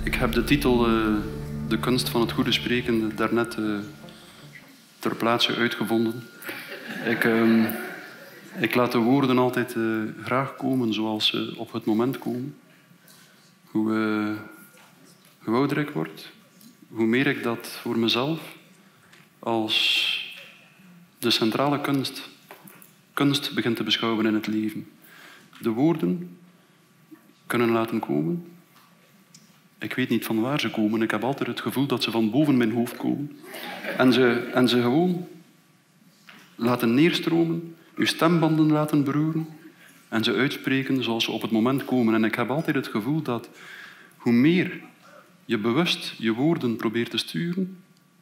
Ik heb de titel De kunst van het goede spreken daarnet ter plaatse uitgevonden. Ik laat de woorden altijd graag komen zoals ze op het moment komen. Hoe ouder ik word, hoe meer ik dat voor mezelf als de centrale kunst begint te beschouwen in het leven. De woorden kunnen laten komen. Ik weet niet van waar ze komen. Ik heb altijd het gevoel dat ze van boven mijn hoofd komen. En ze gewoon laten neerstromen, uw stembanden laten beroeren en ze uitspreken zoals ze op het moment komen. En ik heb altijd het gevoel dat hoe meer je bewust je woorden probeert te sturen,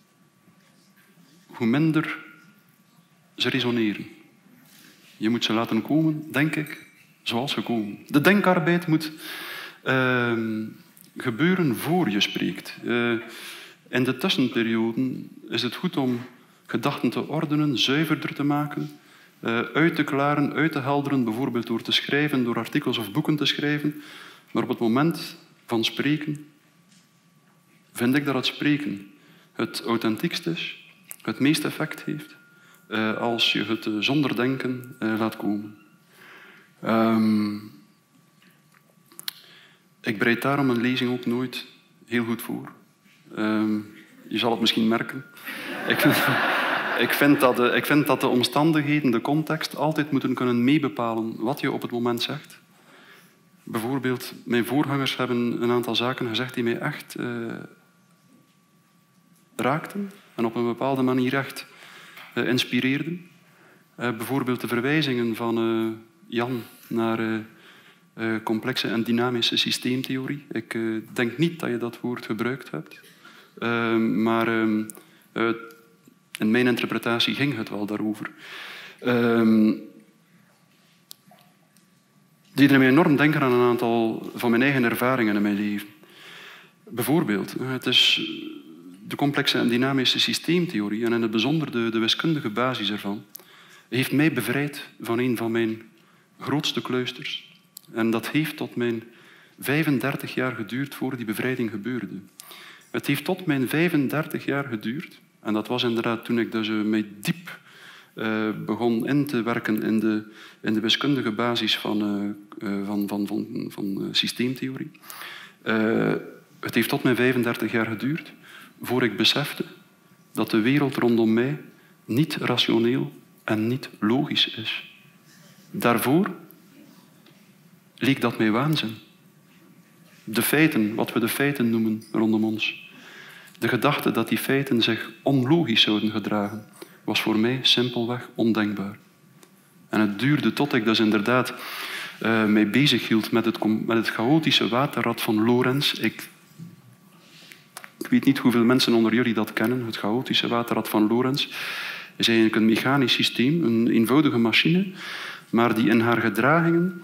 hoe minder ze resoneren. Je moet ze laten komen, denk ik, zoals ze komen. De denkarbeid moet gebeuren voor je spreekt. In de tussenperioden is het goed om gedachten te ordenen, zuiverder te maken, uit te klaren, uit te helderen, bijvoorbeeld door te schrijven, door artikels of boeken te schrijven. Maar op het moment van spreken vind ik dat het spreken het authentiekst is, het meest effect heeft, als je het zonder denken laat komen. Ik bereid daarom een lezing ook nooit heel goed voor. Je zal het misschien merken. Ik vind dat de omstandigheden, de context, altijd moeten kunnen meebepalen wat je op het moment zegt. Bijvoorbeeld, mijn voorgangers hebben een aantal zaken gezegd die mij echt raakten en op een bepaalde manier echt inspireerden. Bijvoorbeeld de verwijzingen van Jan naar complexe en dynamische systeemtheorie. Ik denk niet dat je dat woord gebruikt hebt. Maar in mijn interpretatie ging het wel daarover. Die deden mij enorm denken aan een aantal van mijn eigen ervaringen in mijn leven. Bijvoorbeeld, het is de complexe en dynamische systeemtheorie en in het bijzonder de wiskundige basis ervan heeft mij bevrijd van een van mijn grootste kluisters. En dat heeft tot mijn 35 jaar geduurd voor die bevrijding gebeurde. Het heeft tot mijn 35 jaar geduurd. En dat was inderdaad toen ik dus mij diep begon in te werken in de wiskundige basis van systeemtheorie. Het heeft tot mijn 35 jaar geduurd voor ik besefte dat de wereld rondom mij niet rationeel en niet logisch is. Daarvoor leek dat mij waanzin. De feiten, wat we de feiten noemen rondom ons, de gedachte dat die feiten zich onlogisch zouden gedragen, was voor mij simpelweg ondenkbaar. En het duurde tot ik dus inderdaad mij bezighield met het chaotische waterrad van Lorentz. Ik weet niet hoeveel mensen onder jullie dat kennen. Het chaotische waterrad van Lorentz is eigenlijk een mechanisch systeem, een eenvoudige machine, maar die in haar gedragingen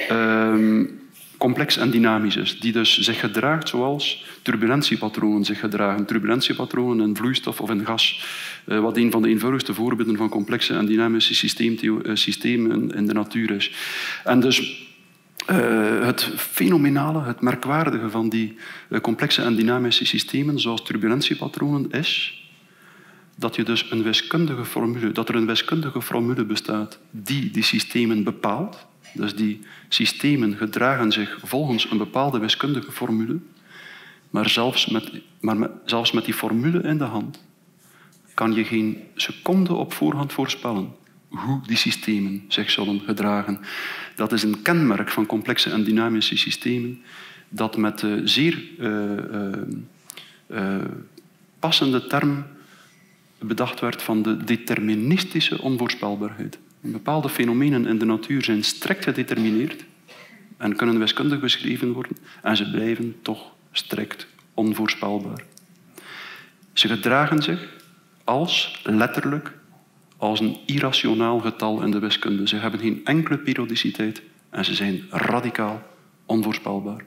complex en dynamisch is. Die dus zich gedraagt zoals turbulentiepatronen zich gedragen. Turbulentiepatronen in vloeistof of in gas. Wat een van de eenvoudigste voorbeelden van complexe en dynamische systemen in de natuur is. En dus het fenomenale, het merkwaardige van die complexe en dynamische systemen, zoals turbulentiepatronen, is dat er een wiskundige formule bestaat die die systemen bepaalt. Dus die systemen gedragen zich volgens een bepaalde wiskundige formule, maar zelfs met die formule in de hand kan je geen seconde op voorhand voorspellen hoe die systemen zich zullen gedragen. Dat is een kenmerk van complexe en dynamische systemen dat met de zeer passende term bedacht werd van de deterministische onvoorspelbaarheid. Bepaalde fenomenen in de natuur zijn strikt gedetermineerd en kunnen wiskundig beschreven worden en ze blijven toch strikt onvoorspelbaar. Ze gedragen zich letterlijk als een irrationaal getal in de wiskunde. Ze hebben geen enkele periodiciteit en ze zijn radicaal onvoorspelbaar.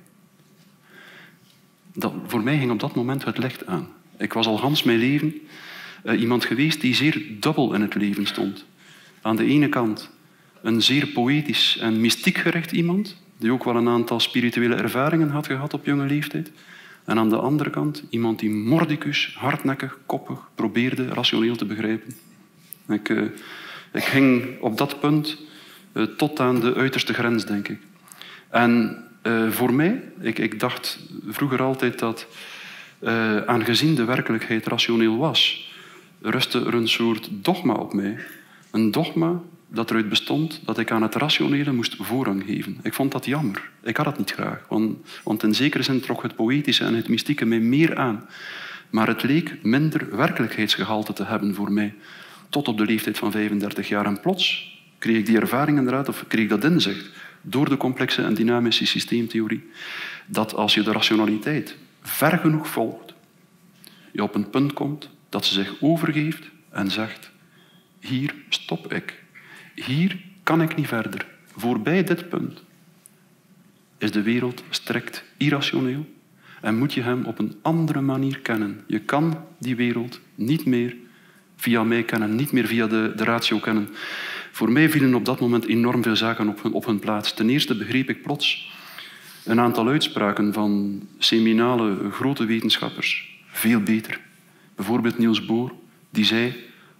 Voor mij ging op dat moment het licht aan. Ik was al gans mijn leven iemand geweest die zeer dubbel in het leven stond. Aan de ene kant een zeer poëtisch en mystiek gericht iemand, die ook wel een aantal spirituele ervaringen had gehad op jonge leeftijd. En aan de andere kant iemand die mordicus, hardnekkig, koppig probeerde rationeel te begrijpen. Ik ging op dat punt tot aan de uiterste grens, denk ik. En voor mij, ik dacht vroeger altijd dat aangezien de werkelijkheid rationeel was, rustte er een soort dogma op mij. Een dogma dat eruit bestond dat ik aan het rationele moest voorrang geven. Ik vond dat jammer. Ik had het niet graag. Want in zekere zin trok het poëtische en het mystieke mij meer aan. Maar het leek minder werkelijkheidsgehalte te hebben voor mij. Tot op de leeftijd van 35 jaar. En plots kreeg ik die ervaring inderdaad, of kreeg ik dat inzicht, door de complexe en dynamische systeemtheorie, dat als je de rationaliteit ver genoeg volgt, je op een punt komt dat ze zich overgeeft en zegt: hier stop ik. Hier kan ik niet verder. Voorbij dit punt is de wereld strikt irrationeel en moet je hem op een andere manier kennen. Je kan die wereld niet meer via mij kennen, niet meer via de ratio kennen. Voor mij vielen op dat moment enorm veel zaken op hun plaats. Ten eerste begreep ik plots een aantal uitspraken van seminale grote wetenschappers veel beter. Bijvoorbeeld Niels Bohr, die zei,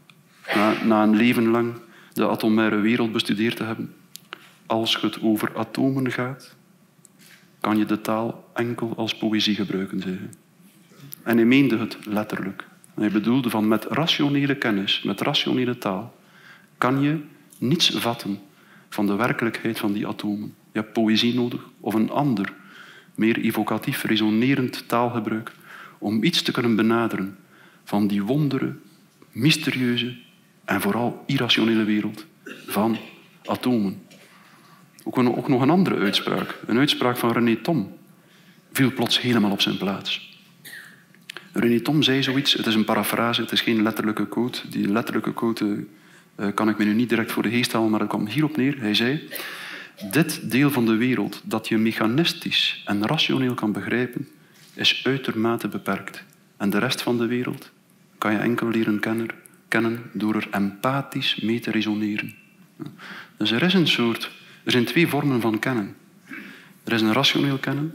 na een leven lang de atomaire wereld bestudeerd te hebben: als het over atomen gaat, kan je de taal enkel als poëzie gebruiken, zei hij. En hij meende het letterlijk. Hij bedoelde van met rationele kennis, met rationele taal, kan je niets vatten van de werkelijkheid van die atomen. Je hebt poëzie nodig of een ander, meer evocatief, resonerend taalgebruik om iets te kunnen benaderen van die wondere, mysterieuze en vooral irrationele wereld van atomen. Ook nog een andere uitspraak. Een uitspraak van René Thom viel plots helemaal op zijn plaats. René Thom zei zoiets, het is een parafrase, het is geen letterlijke quote. Die letterlijke quote kan ik me nu niet direct voor de geest halen, maar het kwam hierop neer. Hij zei: dit deel van de wereld dat je mechanistisch en rationeel kan begrijpen, is uitermate beperkt. En de rest van de wereld kan je enkel leren kennen door er empathisch mee te resoneren. Dus er zijn twee vormen van kennen. Er is een rationeel kennen.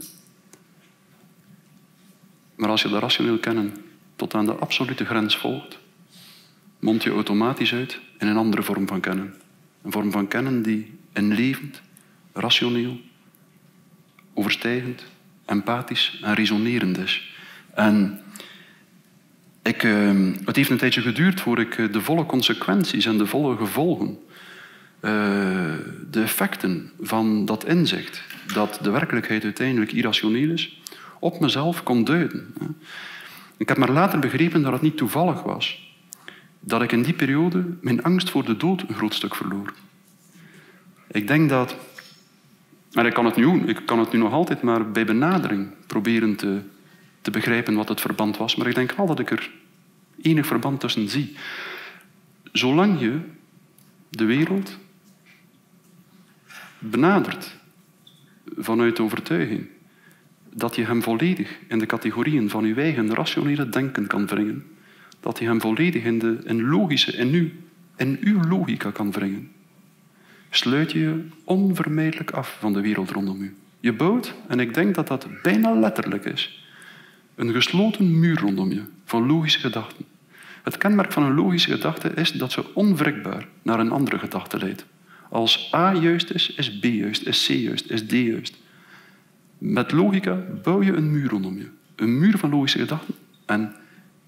Maar als je dat rationeel kennen tot aan de absolute grens volgt, mondt je automatisch uit in een andere vorm van kennen. Een vorm van kennen die inlevend, rationeel, overstijgend, empathisch en resonerend is. En het heeft een tijdje geduurd voor ik de volle consequenties en de volle gevolgen, de effecten van dat inzicht, dat de werkelijkheid uiteindelijk irrationeel is, op mezelf kon duiden. Ik heb maar later begrepen dat het niet toevallig was dat ik in die periode mijn angst voor de dood een groot stuk verloor. Ik denk dat, en ik kan het nu nog altijd maar bij benadering proberen te begrijpen wat het verband was, maar ik denk wel dat ik er enig verband tussen zie. Zolang je de wereld benadert vanuit de overtuiging dat je hem volledig in de categorieën van je eigen rationele denken kan wringen, dat je hem volledig in logische, in uw logica kan wringen, sluit je je onvermijdelijk af van de wereld rondom u. Je bouwt, en ik denk dat dat bijna letterlijk is, een gesloten muur rondom je van logische gedachten. Het kenmerk van een logische gedachte is dat ze onwrikbaar naar een andere gedachte leidt. Als A juist is B juist, is C juist, is D juist. Met logica bouw je een muur rondom je. Een muur van logische gedachten. En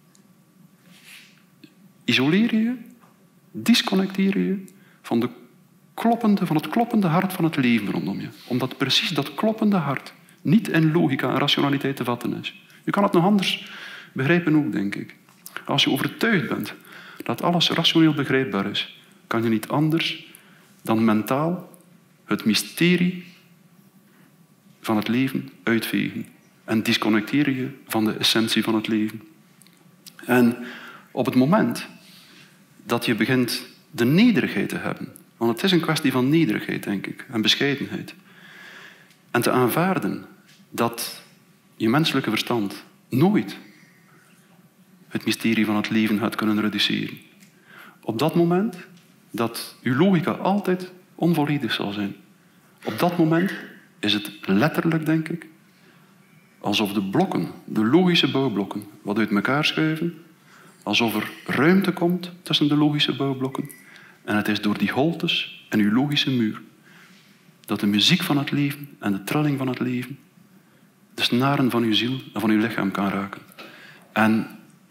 isoleer je, disconnecteer je van het kloppende hart van het leven rondom je. Omdat precies dat kloppende hart niet in logica en rationaliteit te vatten is. Je kan het nog anders begrijpen ook, denk ik. Als je overtuigd bent dat alles rationeel begrijpbaar is, kan je niet anders dan mentaal het mysterie van het leven uitvegen. En disconnecteer je van de essentie van het leven. En op het moment dat je begint de nederigheid te hebben, want het is een kwestie van nederigheid, denk ik, en bescheidenheid, en te aanvaarden dat je menselijke verstand nooit het mysterie van het leven gaat kunnen reduceren. Op dat moment dat uw logica altijd onvolledig zal zijn. Op dat moment is het letterlijk, denk ik, alsof de blokken, de logische bouwblokken, wat uit elkaar schuiven, alsof er ruimte komt tussen de logische bouwblokken. En het is door die holtes en uw logische muur dat de muziek van het leven en de trilling van het leven de snaren van uw ziel en van uw lichaam kan raken. En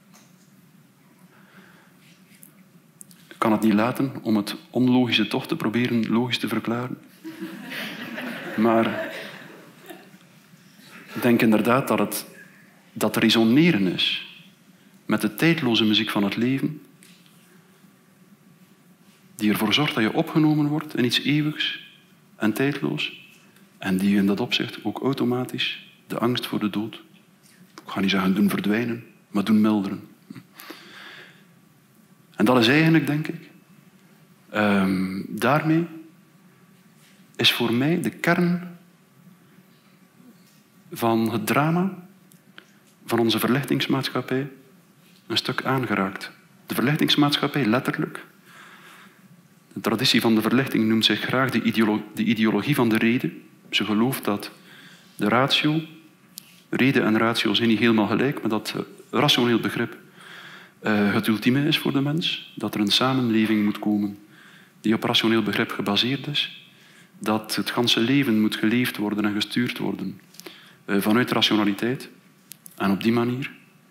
ik kan het niet laten om het onlogische toch te proberen logisch te verklaren. Maar ik denk inderdaad dat resoneren is met de tijdloze muziek van het leven, die ervoor zorgt dat je opgenomen wordt in iets eeuwigs en tijdloos, en die in dat opzicht ook automatisch de angst voor de dood, ik ga niet zeggen doen verdwijnen, maar doen milderen. En dat is eigenlijk, denk ik, daarmee is voor mij de kern van het drama van onze verlichtingsmaatschappij een stuk aangeraakt. De verlichtingsmaatschappij, letterlijk. De traditie van de verlichting noemt zich graag de ideologie van de reden. Ze gelooft dat de ratio, reden en ratio zijn niet helemaal gelijk, maar dat rationeel begrip het ultieme is voor de mens. Dat er een samenleving moet komen die op rationeel begrip gebaseerd is. Dat het ganse leven moet geleefd worden en gestuurd worden vanuit rationaliteit. En op die manier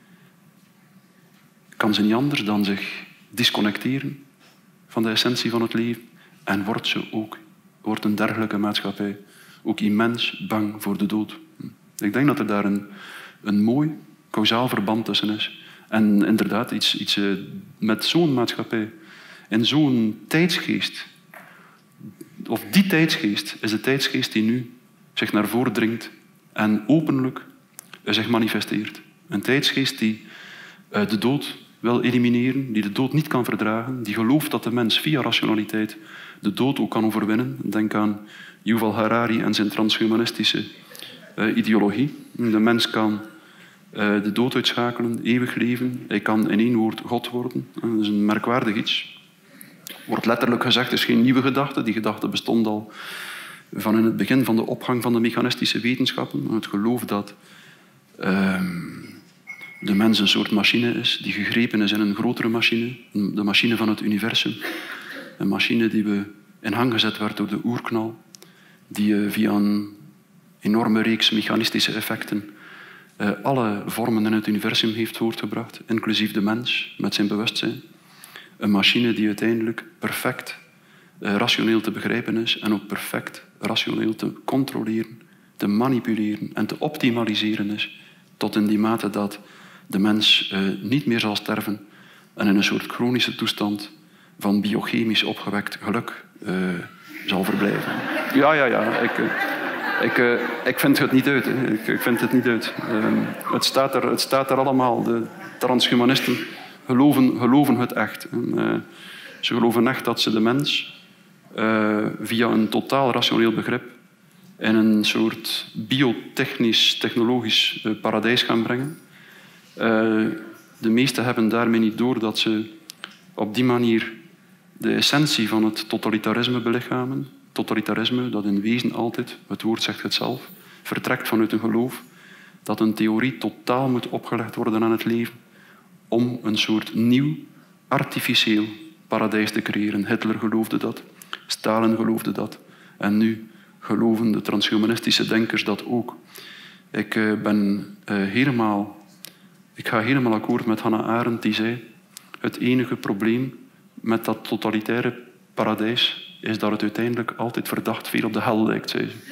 kan ze niet anders dan zich disconnecteren van de essentie van het leven. En wordt een dergelijke maatschappij ook immens bang voor de dood. Ik denk dat er daar een mooi causaal verband tussen is. En inderdaad, iets met zo'n maatschappij en zo'n tijdsgeest, of die tijdsgeest is de tijdsgeest die nu zich naar voren dringt en openlijk zich manifesteert. Een tijdsgeest die de dood wil elimineren, die de dood niet kan verdragen, die gelooft dat de mens via rationaliteit de dood ook kan overwinnen. Denk aan Yuval Harari en zijn transhumanistische ideologie. De mens kan de dood uitschakelen, eeuwig leven. Hij kan in één woord God worden. Dat is een merkwaardig iets. Wordt letterlijk gezegd, het is geen nieuwe gedachte. Die gedachte bestond al van in het begin van de opgang van de mechanistische wetenschappen. Het geloof dat de mens een soort machine is die gegrepen is in een grotere machine. De machine van het universum. Een machine die we in hang gezet werd door de oerknal. Die via een enorme reeks mechanistische effecten alle vormen in het universum heeft voortgebracht, inclusief de mens met zijn bewustzijn. Een machine die uiteindelijk perfect rationeel te begrijpen is en ook perfect rationeel te controleren, te manipuleren en te optimaliseren is, tot in die mate dat de mens niet meer zal sterven en in een soort chronische toestand van biochemisch opgewekt geluk zal verblijven. Ja. Ik vind het niet uit. Hè. Ik vind het niet uit. Het staat er allemaal. De transhumanisten geloven het echt. Ze geloven echt dat ze de mens via een totaal rationeel begrip in een soort biotechnisch-technologisch paradijs gaan brengen. De meesten hebben daarmee niet door dat ze op die manier de essentie van het totalitarisme belichamen. Totalitarisme, dat in wezen altijd, het woord zegt het zelf, vertrekt vanuit een geloof dat een theorie totaal moet opgelegd worden aan het leven om een soort nieuw, artificieel paradijs te creëren. Hitler geloofde dat, Stalin geloofde dat en nu geloven de transhumanistische denkers dat ook. Ik ga helemaal akkoord met Hannah Arendt die zei het enige probleem met dat totalitaire paradijs is dat het uiteindelijk altijd verdacht veel op de hel lijkt, zei ze.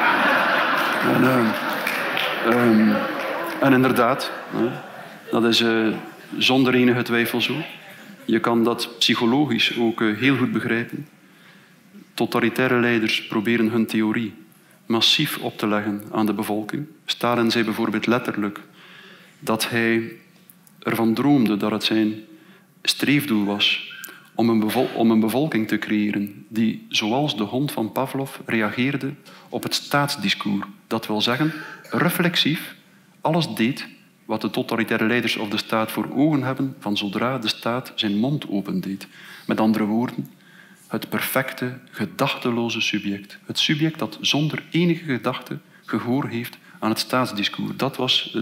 En inderdaad, dat is zonder enige twijfel zo. Je kan dat psychologisch ook heel goed begrijpen. Totalitaire leiders proberen hun theorie massief op te leggen aan de bevolking. Stalin zei bijvoorbeeld letterlijk dat hij ervan droomde dat het zijn streefdoel was om een bevolking te creëren die, zoals de hond van Pavlov, reageerde op het staatsdiscours. Dat wil zeggen, reflexief alles deed wat de totalitaire leiders of de staat voor ogen hebben van zodra de staat zijn mond opendeed. Met andere woorden, het perfecte, gedachteloze subject. Het subject dat zonder enige gedachte gehoor heeft aan het staatsdiscours. Dat was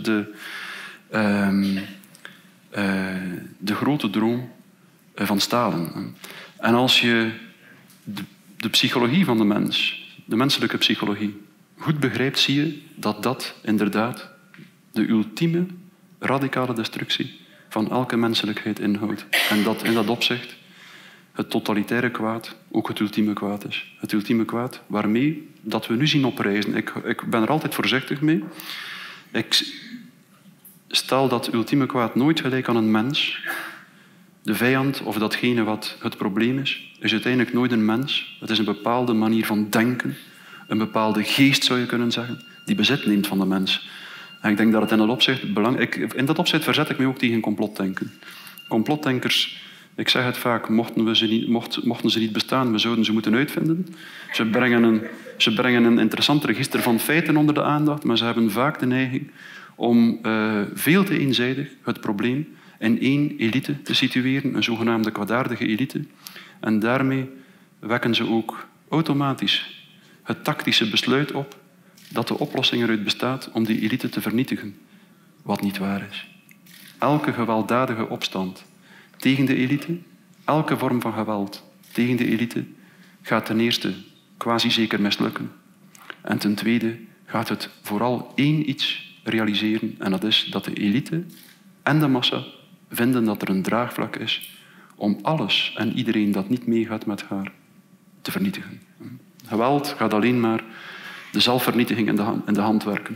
de grote droom van Stalin. En als je de psychologie van de mens, de menselijke psychologie, goed begrijpt, zie je dat dat inderdaad de ultieme radicale destructie van elke menselijkheid inhoudt. En dat in dat opzicht het totalitaire kwaad ook het ultieme kwaad is. Het ultieme kwaad waarmee dat we nu zien oprijzen. Ik ben er altijd voorzichtig mee. Ik stel dat ultieme kwaad nooit gelijk aan een mens. De vijand of datgene wat het probleem is uiteindelijk nooit een mens. Het is een bepaalde manier van denken, een bepaalde geest zou je kunnen zeggen, die bezit neemt van de mens. En ik denk dat het in dat opzicht belangrijk is. In dat opzicht verzet ik me ook tegen complotdenken. Complotdenkers, ik zeg het vaak, mochten ze niet bestaan, we zouden ze moeten uitvinden. Ze brengen een interessant register van feiten onder de aandacht, maar ze hebben vaak de neiging om veel te eenzijdig het probleem in één elite te situeren, een zogenaamde kwaadaardige elite. En daarmee wekken ze ook automatisch het tactische besluit op dat de oplossing eruit bestaat om die elite te vernietigen, wat niet waar is. Elke gewelddadige opstand tegen de elite, elke vorm van geweld tegen de elite, gaat ten eerste quasi zeker mislukken. En ten tweede gaat het vooral één iets realiseren, en dat is dat de elite en de massa vinden dat er een draagvlak is om alles en iedereen dat niet meegaat met haar te vernietigen. Geweld gaat alleen maar de zelfvernietiging in de hand werken.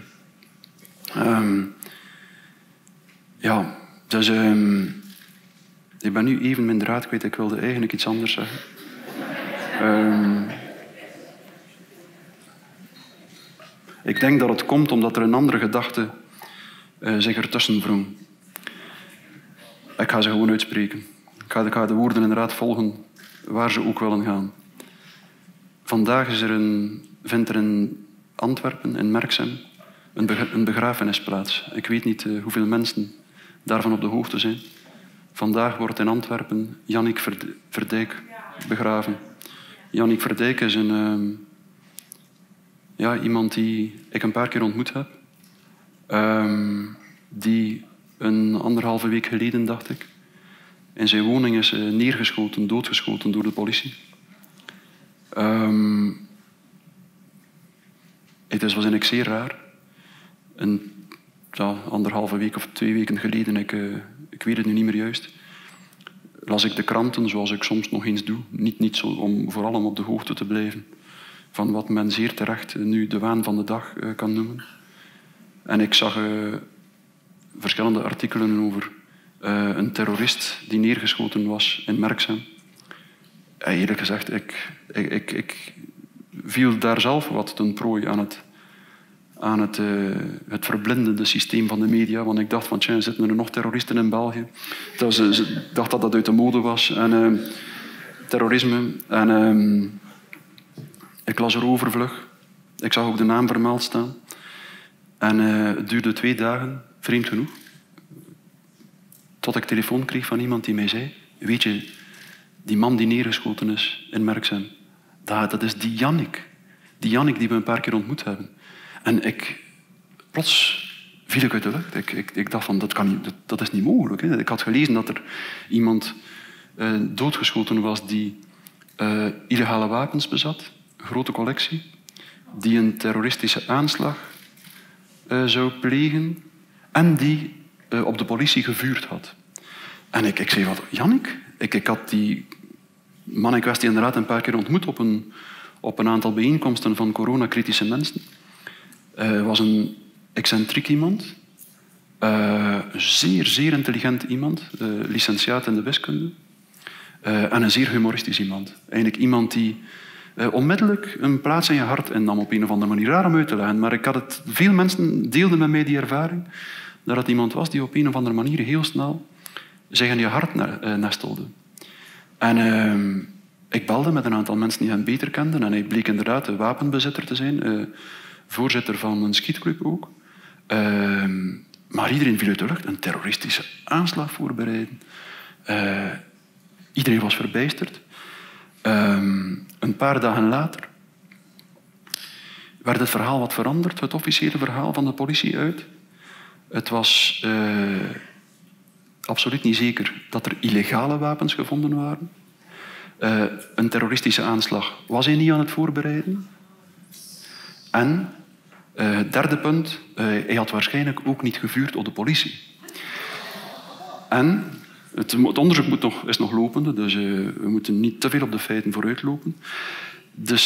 Ik ben nu even mijn draad kwijt. Ik wilde eigenlijk iets anders zeggen. Ik denk dat het komt omdat er een andere gedachte zich ertussen wrong. Ik ga ze gewoon uitspreken. Ik ga de woorden inderdaad volgen waar ze ook willen gaan. Vandaag vindt er in Antwerpen, in Merksem, een begrafenisplaats. Ik weet niet hoeveel mensen daarvan op de hoogte zijn. Vandaag wordt in Antwerpen Jannik Verdijk begraven. Jannik Verdijk is iemand die ik een paar keer ontmoet heb. Die een 1,5 week geleden, dacht ik, in zijn woning is neergeschoten, doodgeschoten door de politie. Het was eigenlijk zeer raar. 1,5 week of 2 weken geleden, ik weet het nu niet meer juist, las ik de kranten zoals ik soms nog eens doe. Niet zo vooral om op de hoogte te blijven van wat men zeer terecht nu de waan van de dag kan noemen. En ik zag verschillende artikelen over een terrorist die neergeschoten was in Merksem. Eerlijk gezegd, ik viel daar zelf wat ten prooi aan het verblindende systeem van de media. Want ik dacht van, zitten er nog terroristen in België? Ik dacht dat dat uit de mode was. En terrorisme. En ik las er overvlug. Ik zag ook de naam vermeld staan. En het duurde 2 dagen, vreemd genoeg, tot ik telefoon kreeg van iemand die mij zei: weet je, die man die neergeschoten is in Merksem, dat is die Jannik. Die Jannik die we een paar keer ontmoet hebben. En plots viel ik uit de lucht. Ik dacht van, dat is niet mogelijk. Hè. Ik had gelezen dat er iemand doodgeschoten was die illegale wapens bezat, een grote collectie, die een terroristische aanslag zou plegen en die op de politie gevuurd had. En ik zei, wat, Jannik? Ik had die man in kwestie inderdaad een paar keer ontmoet op een aantal bijeenkomsten van coronakritische mensen. Was een excentriek iemand, zeer, zeer intelligent iemand, licentiaat in de wiskunde, en een zeer humoristisch iemand. Eigenlijk iemand die onmiddellijk een plaats in je hart innam op een of andere manier. Raar om uit te leggen, maar veel mensen deelden met mij die ervaring dat het iemand was die op een of andere manier heel snel zich in je hart nestelde. En ik belde met een aantal mensen die hem beter kenden en hij bleek inderdaad een wapenbezitter te zijn, voorzitter van een schietclub ook. Maar iedereen viel uit de lucht. Een terroristische aanslag voorbereiden. Iedereen was verbijsterd. Een paar dagen later werd het verhaal wat veranderd, het officiële verhaal van de politie uit. Het was absoluut niet zeker dat er illegale wapens gevonden waren. Een terroristische aanslag was hij niet aan het voorbereiden. En, het derde punt, hij had waarschijnlijk ook niet gevuurd op de politie. En het onderzoek is nog lopende, dus we moeten niet te veel op de feiten vooruitlopen. De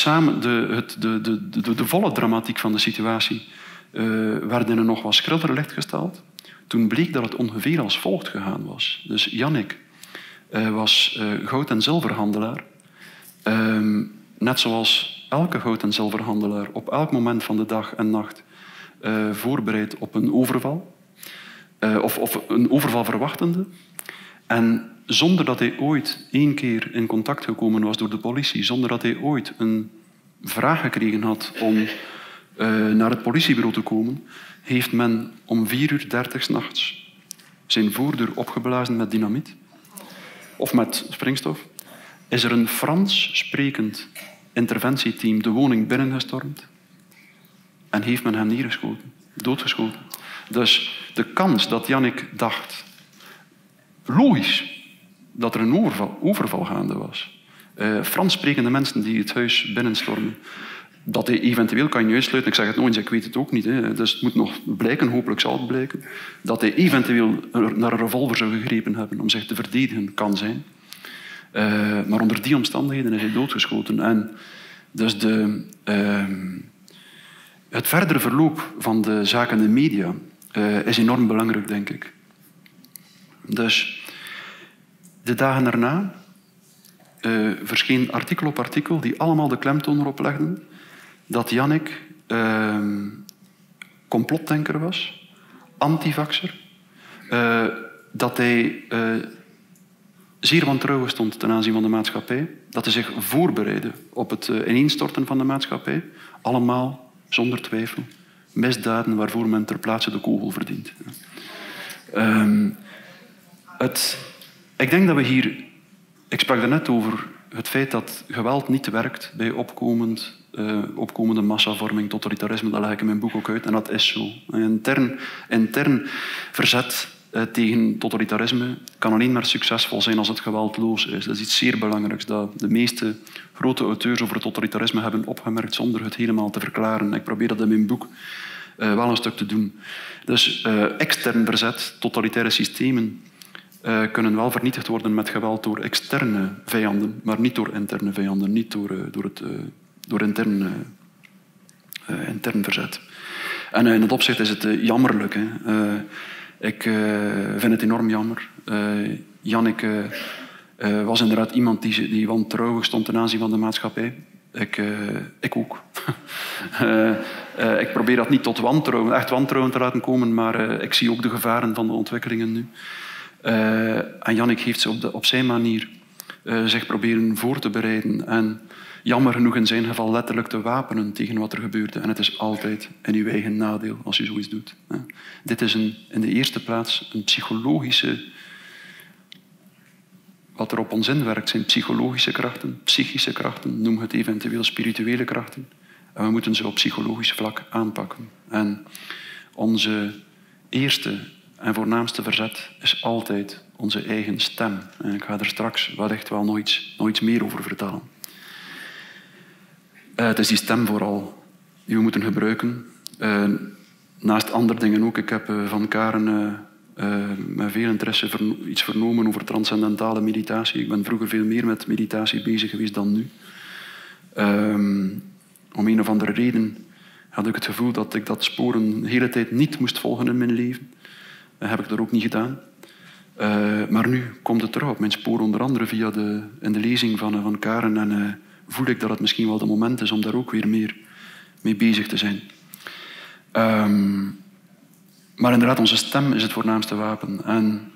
volle dramatiek van de situatie werd in een nog wat schriller licht gesteld. Toen bleek dat het ongeveer als volgt gegaan was. Dus Jannik was goud- en zilverhandelaar. Net zoals elke goud- en zilverhandelaar op elk moment van de dag en nacht voorbereid op een overval. Of een overval verwachtende. En zonder dat hij ooit 1 keer in contact gekomen was door de politie, zonder dat hij ooit een vraag gekregen had om naar het politiebureau te komen, heeft men om 4:30 's nachts zijn voordeur opgeblazen met dynamiet of met springstof. Is er een Frans sprekend interventieteam de woning binnengestormd en heeft men hem neergeschoten, doodgeschoten. Dus de kans dat Jannik dacht, logisch, dat er een overval gaande was. Frans sprekende mensen die het huis binnenstormen. Dat hij eventueel, kan je niet uitsluiten, ik zeg het nooit eens, ik weet het ook niet, hè. Dus het moet nog blijken, hopelijk zal het blijken, dat hij eventueel naar een revolver zou gegrepen hebben om zich te verdedigen, kan zijn. Maar onder die omstandigheden is hij doodgeschoten. En dus het verdere verloop van de zaak in de media is enorm belangrijk, denk ik. Dus de dagen daarna verscheen artikel op artikel die allemaal de klemtoon erop legden dat Jannik complotdenker was, antivaxer, dat hij zeer wantrouwig stond ten aanzien van de maatschappij, dat hij zich voorbereidde op het ineenstorten van de maatschappij, allemaal zonder twijfel misdaden waarvoor men ter plaatse de kogel verdient. Ik denk dat we hier... Ik sprak daarnet over het feit dat geweld niet werkt bij opkomende massavorming, totalitarisme. Dat leg ik in mijn boek ook uit. En dat is zo. Een intern verzet tegen totalitarisme kan alleen maar succesvol zijn als het geweldloos is. Dat is iets zeer belangrijks dat de meeste grote auteurs over het totalitarisme hebben opgemerkt zonder het helemaal te verklaren. Ik probeer dat in mijn boek wel een stuk te doen. Dus extern verzet, totalitaire systemen kunnen wel vernietigd worden met geweld door externe vijanden, maar niet door interne vijanden, niet door intern verzet. En in dat opzicht is het jammerlijk. Hè. Ik vind het enorm jammer. Jannik was inderdaad iemand die wantrouwig stond ten aanzien van de maatschappij. Ik ook. Ik probeer dat niet tot echt wantrouwen te laten komen, maar ik zie ook de gevaren van de ontwikkelingen nu. En Jannik heeft ze op zijn manier zich proberen voor te bereiden en jammer genoeg in zijn geval letterlijk te wapenen tegen wat er gebeurde. En het is altijd in uw eigen nadeel als u zoiets doet. Dit is in de eerste plaats een psychologische... Wat er op ons inwerkt zijn psychologische krachten, psychische krachten, noem het eventueel spirituele krachten. En we moeten ze op psychologisch vlak aanpakken. En onze eerste en voornaamste verzet is altijd onze eigen stem. En ik ga er straks wellicht wel nog iets meer over vertellen. Het is die stem vooral die we moeten gebruiken. Naast andere dingen ook. Ik heb van Karen met veel interesse iets vernomen over transcendentale meditatie. Ik ben vroeger veel meer met meditatie bezig geweest dan nu. Om een of andere reden had ik het gevoel dat ik dat spoor een hele tijd niet moest volgen in mijn leven. Dat heb ik dat ook niet gedaan. Maar nu komt het terug op mijn spoor, onder andere via in de lezing van Karen. En voel ik dat het misschien wel het moment is om daar ook weer meer mee bezig te zijn. Maar inderdaad, onze stem is het voornaamste wapen. En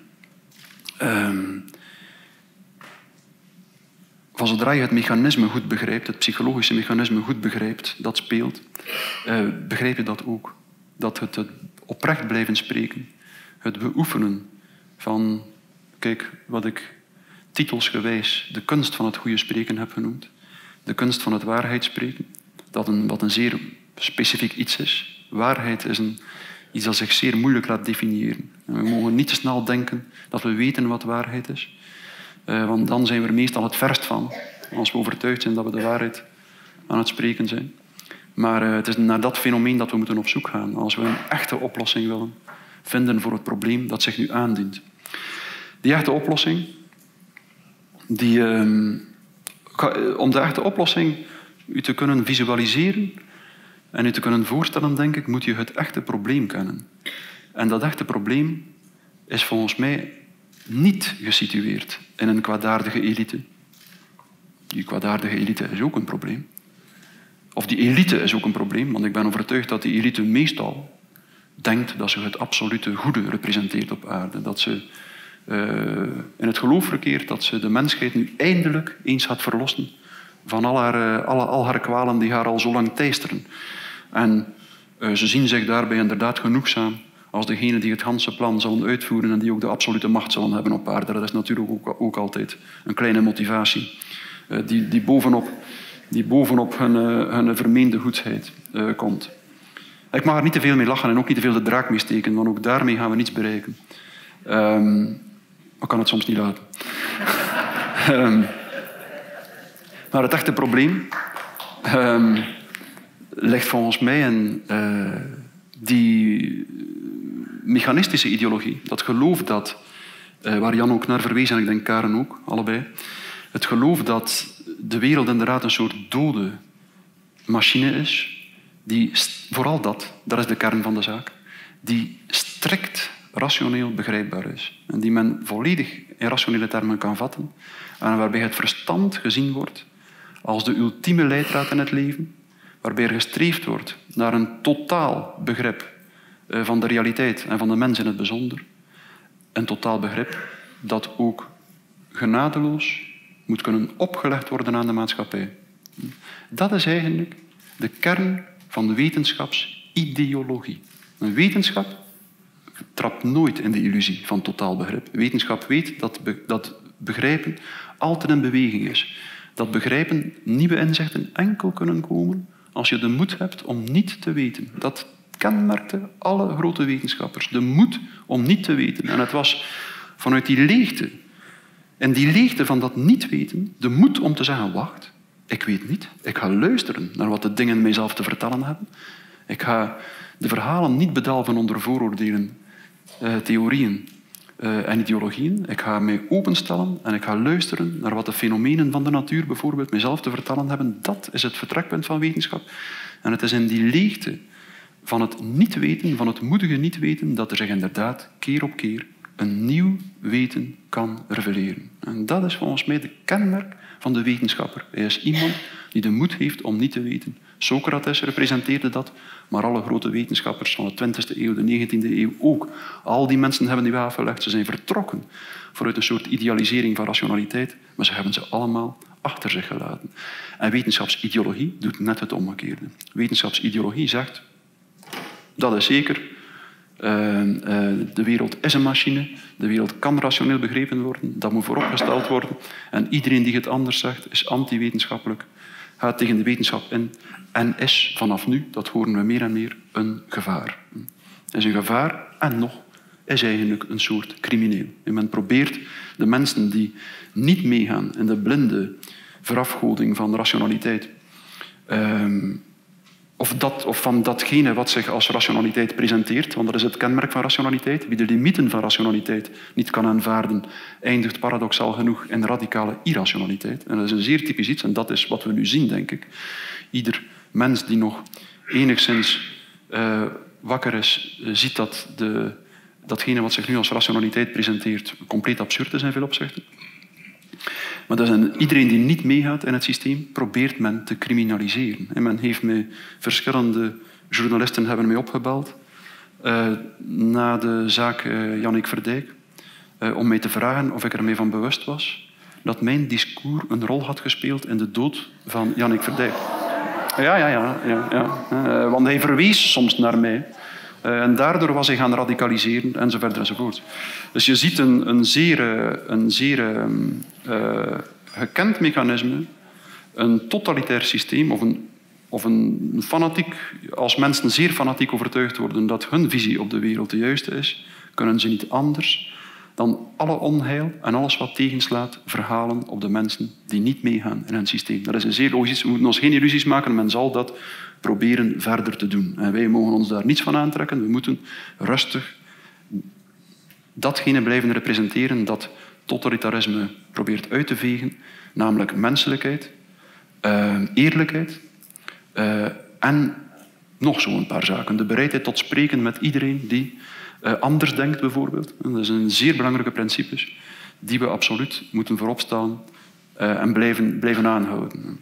van zodra je het mechanisme goed begrijpt, het psychologische mechanisme goed begrijpt, dat speelt, begrijp je dat ook. Dat het oprecht blijven spreken, het beoefenen van, kijk, wat ik titelsgewijs de kunst van het goede spreken heb genoemd, de kunst van het waarheid spreken, wat een zeer specifiek iets is. Waarheid is iets dat zich zeer moeilijk laat definiëren. En we mogen niet te snel denken dat we weten wat waarheid is. Want dan zijn we er meestal het verst van, als we overtuigd zijn dat we de waarheid aan het spreken zijn. Maar het is naar dat fenomeen dat we moeten op zoek gaan, als we een echte oplossing willen vinden voor het probleem dat zich nu aandient. Die echte oplossing, om de echte oplossing u te kunnen visualiseren en u te kunnen voorstellen, denk ik, moet je het echte probleem kennen. En dat echte probleem is volgens mij niet gesitueerd in een kwaadaardige elite. Die kwaadaardige elite is ook een probleem. Of die elite is ook een probleem, want ik ben overtuigd dat die elite meestal denkt dat ze het absolute goede representeert op aarde. Dat ze in het geloof verkeert dat ze de mensheid nu eindelijk eens gaat verlossen van al haar kwalen die haar al zo lang teisteren. En ze zien zich daarbij inderdaad genoegzaam als degene die het ganse plan zullen uitvoeren en die ook de absolute macht zullen hebben op aarde. Dat is natuurlijk ook altijd een kleine motivatie die bovenop hun vermeende goedheid komt. Ik mag er niet te veel mee lachen en ook niet te veel de draak mee steken, want ook daarmee gaan we niets bereiken. Ik kan het soms niet laten. Maar het echte probleem ligt volgens mij in die mechanistische ideologie. Dat geloof dat, waar Jan ook naar verwees en ik denk Karen ook, allebei. Het geloof dat de wereld inderdaad een soort dode machine is, die, vooral dat is de kern van de zaak, die strikt rationeel begrijpbaar is. En die men volledig in rationele termen kan vatten. En waarbij het verstand gezien wordt als de ultieme leidraad in het leven. Waarbij er gestreefd wordt naar een totaal begrip van de realiteit en van de mens in het bijzonder. Een totaal begrip dat ook genadeloos moet kunnen opgelegd worden aan de maatschappij. Dat is eigenlijk de kern van de wetenschapsideologie. Een wetenschap trapt nooit in de illusie van totaal begrip. Wetenschap weet dat begrijpen altijd in beweging is. Dat begrijpen nieuwe inzichten enkel kunnen komen als je de moed hebt om niet te weten. Dat kenmerkte alle grote wetenschappers. De moed om niet te weten. En het was vanuit die leegte, en die leegte van dat niet weten, de moed om te zeggen, wacht, ik weet niet. Ik ga luisteren naar wat de dingen mijzelf te vertellen hebben. Ik ga de verhalen niet bedalven onder vooroordelen, theorieën en ideologieën. Ik ga mij openstellen en ik ga luisteren naar wat de fenomenen van de natuur bijvoorbeeld mijzelf te vertellen hebben. Dat is het vertrekpunt van wetenschap. En het is in die leegte van het niet weten, van het moedige niet weten, dat er zich inderdaad keer op keer een nieuw weten kan reveleren. En dat is volgens mij de kenmerk van de wetenschapper. Hij is iemand die de moed heeft om niet te weten. Socrates representeerde dat, maar alle grote wetenschappers van de 20e eeuw, de 19e eeuw ook. Al die mensen hebben die afgelegd. Ze zijn vertrokken vooruit een soort idealisering van rationaliteit, maar ze hebben ze allemaal achter zich gelaten. En wetenschapsideologie doet net het omgekeerde. Wetenschapsideologie zegt, dat is zeker, de wereld is een machine, de wereld kan rationeel begrepen worden, dat moet vooropgesteld worden. En iedereen die het anders zegt, is anti-wetenschappelijk, gaat tegen de wetenschap in en is vanaf nu, dat horen we meer en meer, een gevaar. Het is een gevaar en nog is eigenlijk een soort crimineel. En men probeert de mensen die niet meegaan in de blinde verafgoding van rationaliteit, of van datgene wat zich als rationaliteit presenteert, want dat is het kenmerk van rationaliteit. Wie de limieten van rationaliteit niet kan aanvaarden, eindigt paradoxaal genoeg in radicale irrationaliteit. En dat is een zeer typisch iets, en dat is wat we nu zien, denk ik. Ieder mens die nog enigszins wakker is, ziet dat datgene wat zich nu als rationaliteit presenteert compleet absurd is in veel opzichten. Maar dat is iedereen die niet meegaat in het systeem, probeert men te criminaliseren. En men heeft verschillende journalisten hebben mij opgebeld na de zaak Jannik Verdijk, om mij te vragen of ik er mij van bewust was dat mijn discours een rol had gespeeld in de dood van Jannik Verdijk. Ja. Want hij verwees soms naar mij. En daardoor was hij gaan radicaliseren, enzovoort enzovoort. Dus je ziet een zeer gekend mechanisme, een totalitair systeem, of of een fanatiek, als mensen zeer fanatiek overtuigd worden dat hun visie op de wereld de juiste is, kunnen ze niet anders dan alle onheil en alles wat tegenslaat verhalen op de mensen die niet meegaan in hun systeem. Dat is zeer logisch. We moeten ons geen illusies maken. Men zal dat proberen verder te doen. En wij mogen ons daar niets van aantrekken. We moeten rustig datgene blijven representeren dat totalitarisme probeert uit te vegen, namelijk menselijkheid, eerlijkheid en nog zo'n paar zaken. De bereidheid tot spreken met iedereen die anders denkt, bijvoorbeeld. Dat zijn zeer belangrijke principes die we absoluut moeten voorop staan en blijven aanhouden.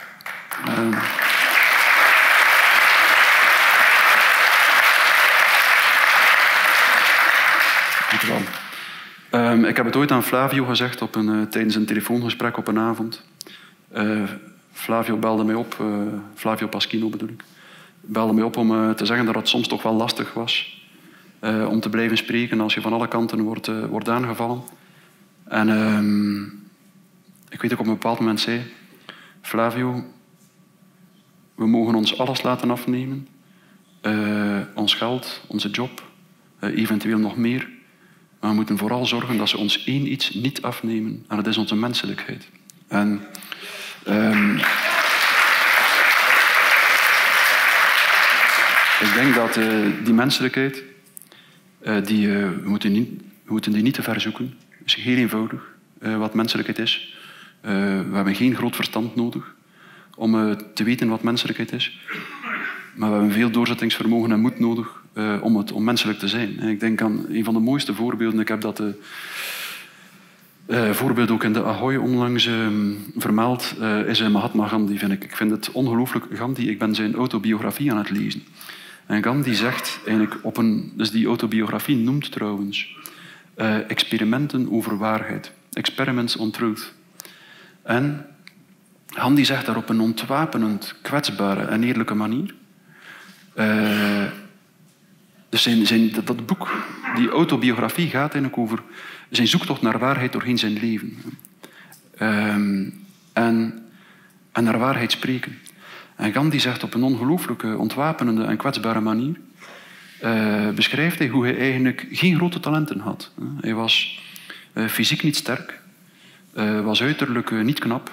Ik heb het ooit aan Flavio gezegd tijdens een telefoongesprek op een avond. Flavio belde mij op, Flavio Paschino bedoel ik, belde mij op om te zeggen dat het soms toch wel lastig was om te blijven spreken als je van alle kanten wordt aangevallen. En ik weet ook op een bepaald moment zei, Flavio, we mogen ons alles laten afnemen, ons geld, onze job, eventueel nog meer. Maar we moeten vooral zorgen dat ze ons één iets niet afnemen. En dat is onze menselijkheid. En ik denk dat die menselijkheid, we moeten die niet te ver zoeken. Het is heel eenvoudig wat menselijkheid is. We hebben geen groot verstand nodig om te weten wat menselijkheid is. Maar we hebben veel doorzettingsvermogen en moed nodig om menselijk te zijn. Ik denk aan een van de mooiste voorbeelden. Ik heb dat voorbeeld ook in de Ahoy onlangs vermeld, is Mahatma Gandhi, vind ik. Ik vind het ongelooflijk. Gandhi, ik ben zijn autobiografie aan het lezen. En Gandhi zegt eigenlijk dus die autobiografie noemt trouwens experimenten over waarheid. Experiments on truth. En Gandhi zegt daar op een ontwapenend, kwetsbare en eerlijke manier. Dus dat boek, die autobiografie, gaat eigenlijk over zijn zoektocht naar waarheid doorheen zijn leven. En naar waarheid spreken. En Gandhi zegt op een ongelooflijke, ontwapenende en kwetsbare manier, beschrijft hij hoe hij eigenlijk geen grote talenten had. Hij was fysiek niet sterk, was uiterlijk niet knap,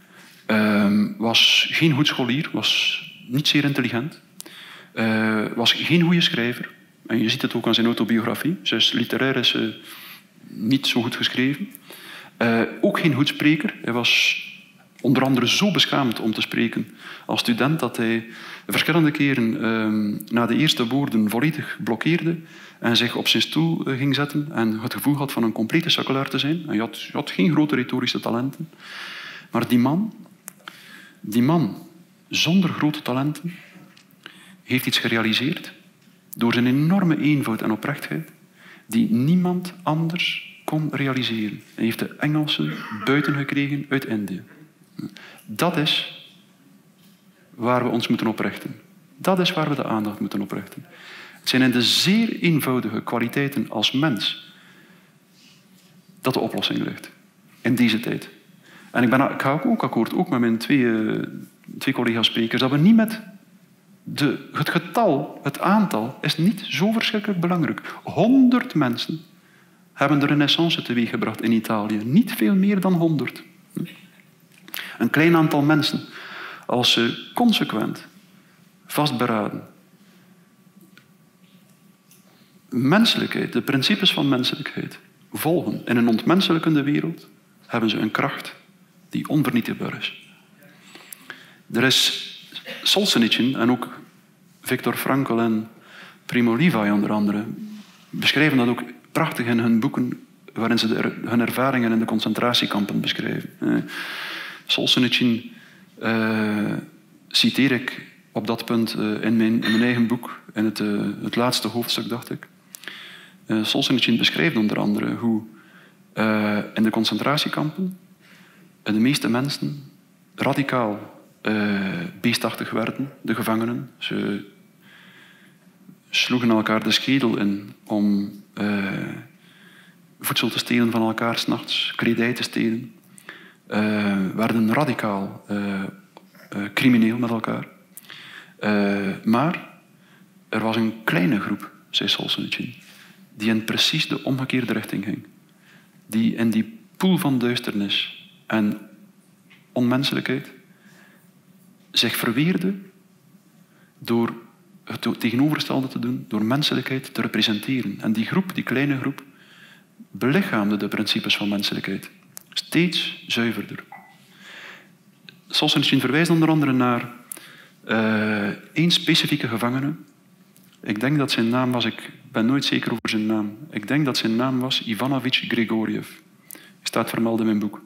was geen goed scholier, was niet zeer intelligent, was geen goede schrijver. En je ziet het ook aan zijn autobiografie. Dus literair is niet zo goed geschreven. Ook geen goed spreker. Hij was onder andere zo beschaamd om te spreken als student dat hij verschillende keren na de eerste woorden volledig blokkeerde en zich op zijn stoel ging zetten en het gevoel had van een complete sukkelaar te zijn. Hij had geen grote retorische talenten. Maar die man zonder grote talenten heeft iets gerealiseerd door zijn enorme eenvoud en oprechtheid die niemand anders kon realiseren. Hij heeft de Engelsen buiten gekregen uit Indië. Dat is waar we ons moeten oprichten. Dat is waar we de aandacht moeten oprichten. Het zijn in de zeer eenvoudige kwaliteiten als mens dat de oplossing ligt. In deze tijd. En ik ga ook akkoord, ook met mijn twee collega-sprekers, dat we niet met het getal, het aantal, is niet zo verschrikkelijk belangrijk. 100 mensen hebben de renaissance teweeggebracht in Italië. Niet veel meer dan 100. Een klein aantal mensen, als ze consequent, vastberaden, menselijkheid, de principes van menselijkheid, volgen in een ontmenselijkende wereld, hebben ze een kracht die onvernietigbaar is. Er is Solzhenitsyn en ook Viktor Frankl en Primo Levi onder andere beschrijven dat ook prachtig in hun boeken waarin ze hun ervaringen in de concentratiekampen beschrijven. Solzhenitsyn citeer ik op dat punt in mijn eigen boek, in het laatste hoofdstuk, dacht ik. Solzhenitsyn beschrijft onder andere hoe in de concentratiekampen de meeste mensen radicaal beestachtig werden, de gevangenen. Ze sloegen elkaar de schedel in om voedsel te stelen van elkaar 's nachts, kledij te stelen. Werden radicaal crimineel met elkaar. Maar er was een kleine groep, zei Solzhenitsyn, die in precies de omgekeerde richting ging. Die in die poel van duisternis en onmenselijkheid zich verweerde door het tegenovergestelde te doen, door menselijkheid te representeren. En die groep, die kleine groep, belichaamde de principes van menselijkheid. Steeds zuiverder. Solzhenitsyn verwijst onder andere naar één specifieke gevangene. Ik denk dat zijn naam was, ik ben nooit zeker over zijn naam. Ik denk dat zijn naam was Ivanovich Grigoriev. Hij staat vermeld in mijn boek.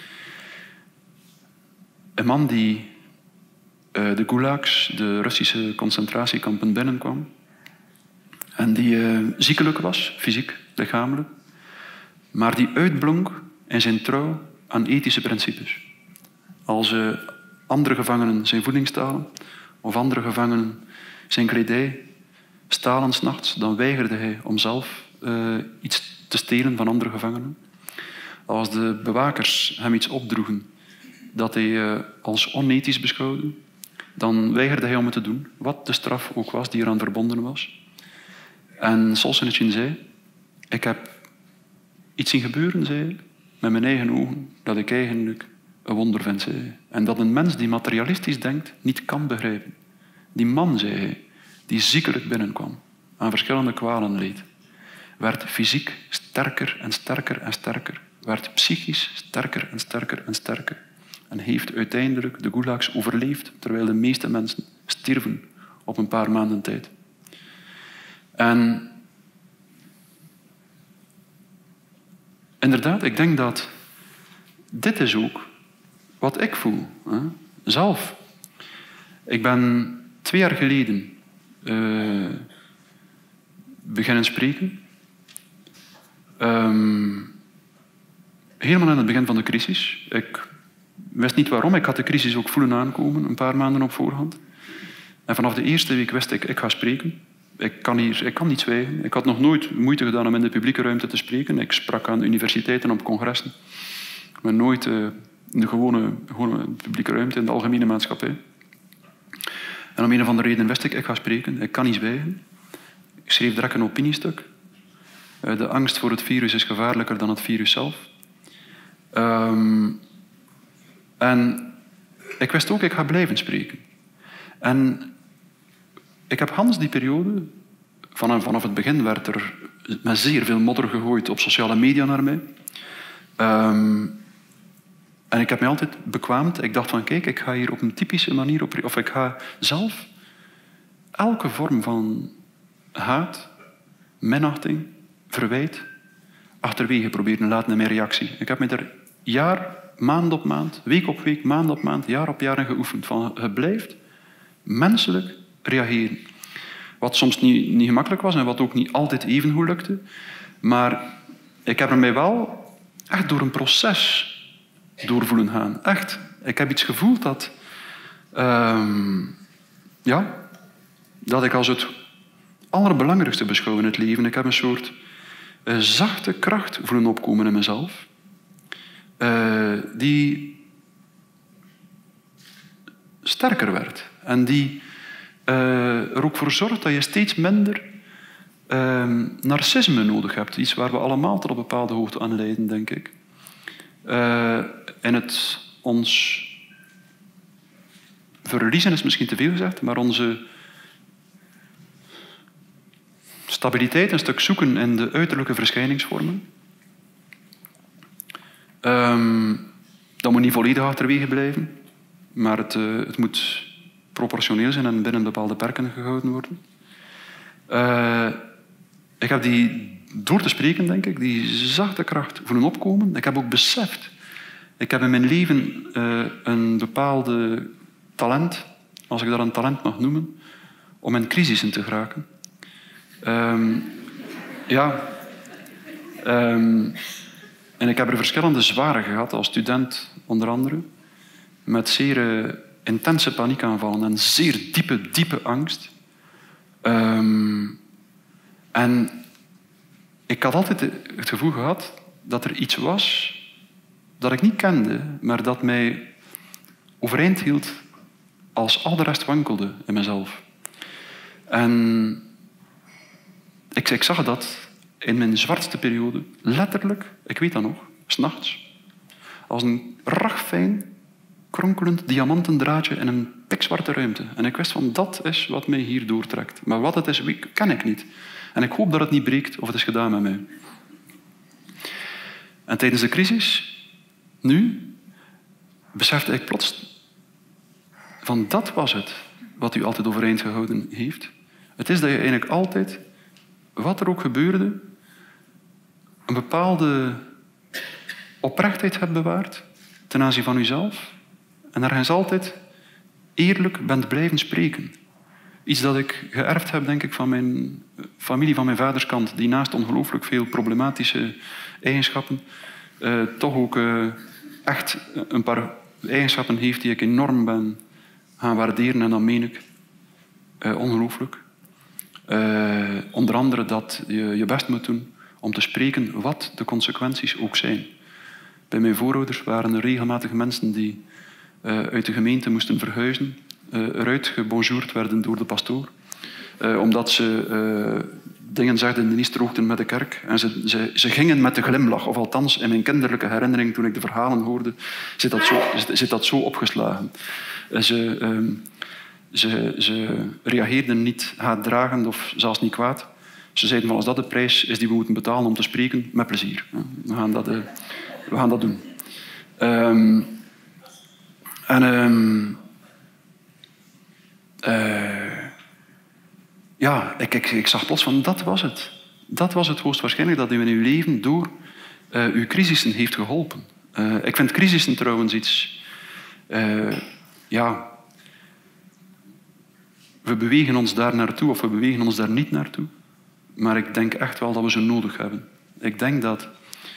Een man die de gulags, de Russische concentratiekampen, binnenkwam. En die ziekelijk was, fysiek, lichamelijk. Maar die uitblonk in zijn trouw aan ethische principes. Als andere gevangenen zijn voeding stalen, of andere gevangenen zijn kledij stalen 's nachts, dan weigerde hij om zelf iets te stelen van andere gevangenen. Als de bewakers hem iets opdroegen dat hij als onethisch beschouwde, dan weigerde hij om het te doen, wat de straf ook was die eraan verbonden was. En Solzhenitsyn zei, ik heb iets zien gebeuren, zei hij, met mijn eigen ogen, dat ik eigenlijk een wonder vind, zei hij. En dat een mens die materialistisch denkt, niet kan begrijpen. Die man, zei hij, die ziekelijk binnenkwam, aan verschillende kwalen leed, werd fysiek sterker en sterker en sterker, werd psychisch sterker en sterker en sterker. En heeft uiteindelijk de gulags overleefd, terwijl de meeste mensen stierven op een paar maanden tijd. En inderdaad, ik denk dat dit is ook wat ik voel. Hè? Zelf. Ik ben 2 jaar geleden beginnen spreken. Helemaal in het begin van de crisis. Ik wist niet waarom. Ik had de crisis ook voelen aankomen, een paar maanden op voorhand. En vanaf de eerste week wist ik ga spreken. Ik kan niet zwijgen. Ik had nog nooit moeite gedaan om in de publieke ruimte te spreken. Ik sprak aan universiteiten op congressen. Maar nooit in de gewone publieke ruimte, in de algemene maatschappij. En om een of andere reden wist ik ga spreken. Ik kan niet zwijgen. Ik schreef direct een opiniestuk. De angst voor het virus is gevaarlijker dan het virus zelf. En ik wist ook, ik ga blijven spreken. En ik heb Hans die periode, vanaf het begin werd er met zeer veel modder gegooid op sociale media naar mij. En ik heb mij altijd bekwaamd. Ik dacht van, kijk, ik ga hier op een typische manier op... Of ik ga zelf elke vorm van haat, minachting, verwijt, achterwege proberen laten in mijn reactie. Ik heb me er maand op maand, week op week, maand op maand, jaar op jaar in geoefend. Van, je blijft menselijk reageren. Wat soms niet gemakkelijk was en wat ook niet altijd even goed lukte. Maar ik heb er mij wel echt door een proces door voelen gaan. Echt. Ik heb iets gevoeld dat... dat ik als het allerbelangrijkste beschouw in het leven. Ik heb een soort zachte kracht voelen opkomen in mezelf. Die sterker werd. En die er ook voor zorgt dat je steeds minder narcisme nodig hebt. Iets waar we allemaal tot op bepaalde hoogte aan lijden, denk ik. En het ons verliezen is misschien te veel gezegd, maar onze stabiliteit een stuk zoeken in de uiterlijke verschijningsvormen. Dat moet niet volledig achterwege blijven, maar het moet proportioneel zijn en binnen bepaalde perken gehouden worden. Ik heb die, door te spreken, denk ik, die zachte kracht voelen opkomen. Ik heb ook beseft, ik heb in mijn leven een bepaalde talent, als ik dat een talent mag noemen, om in crisissen te geraken. En ik heb er verschillende zware gehad, als student onder andere, met zeer intense paniekaanvallen en zeer diepe angst. En ik had altijd het gevoel gehad dat er iets was dat ik niet kende, maar dat mij overeind hield als al de rest wankelde in mezelf. En ik zag dat in mijn zwartste periode, letterlijk, ik weet dat nog, 's nachts, als een ragfijn, kronkelend diamantendraadje in een pikzwarte ruimte. En ik wist van, dat is wat mij hier doortrekt. Maar wat het is, ken ik niet. En ik hoop dat het niet breekt of het is gedaan met mij. En tijdens de crisis, nu, besefte ik plots van, dat was het wat u altijd overeind gehouden heeft. Het is dat je eigenlijk altijd, wat er ook gebeurde, een bepaalde oprechtheid hebt bewaard ten aanzien van uzelf en ergens altijd eerlijk bent blijven spreken. Iets dat ik geërfd heb, denk ik, van mijn familie, van mijn vaderskant, die naast ongelooflijk veel problematische eigenschappen toch ook echt een paar eigenschappen heeft die ik enorm ben gaan waarderen, en dat meen ik. Ongelooflijk. Onder andere dat je je best moet doen om te spreken wat de consequenties ook zijn. Bij mijn voorouders waren er regelmatig mensen die uit de gemeente moesten verhuizen, eruit gebonjourd werden door de pastoor, omdat ze dingen zegden die niet strookten met de kerk. En ze gingen met de glimlach, of althans in mijn kinderlijke herinnering, toen ik de verhalen hoorde, zit dat zo opgeslagen. Ze reageerden niet haatdragend of zelfs niet kwaad. Ze zeiden van, als dat de prijs is die we moeten betalen om te spreken, met plezier. We gaan dat doen. Ik zag plots van, dat was het. Dat was het hoogstwaarschijnlijk dat u in uw leven door uw crisissen heeft geholpen. Ik vind crisissen trouwens iets... We bewegen ons daar naartoe of we bewegen ons daar niet naartoe. Maar ik denk echt wel dat we ze nodig hebben. Ik denk dat,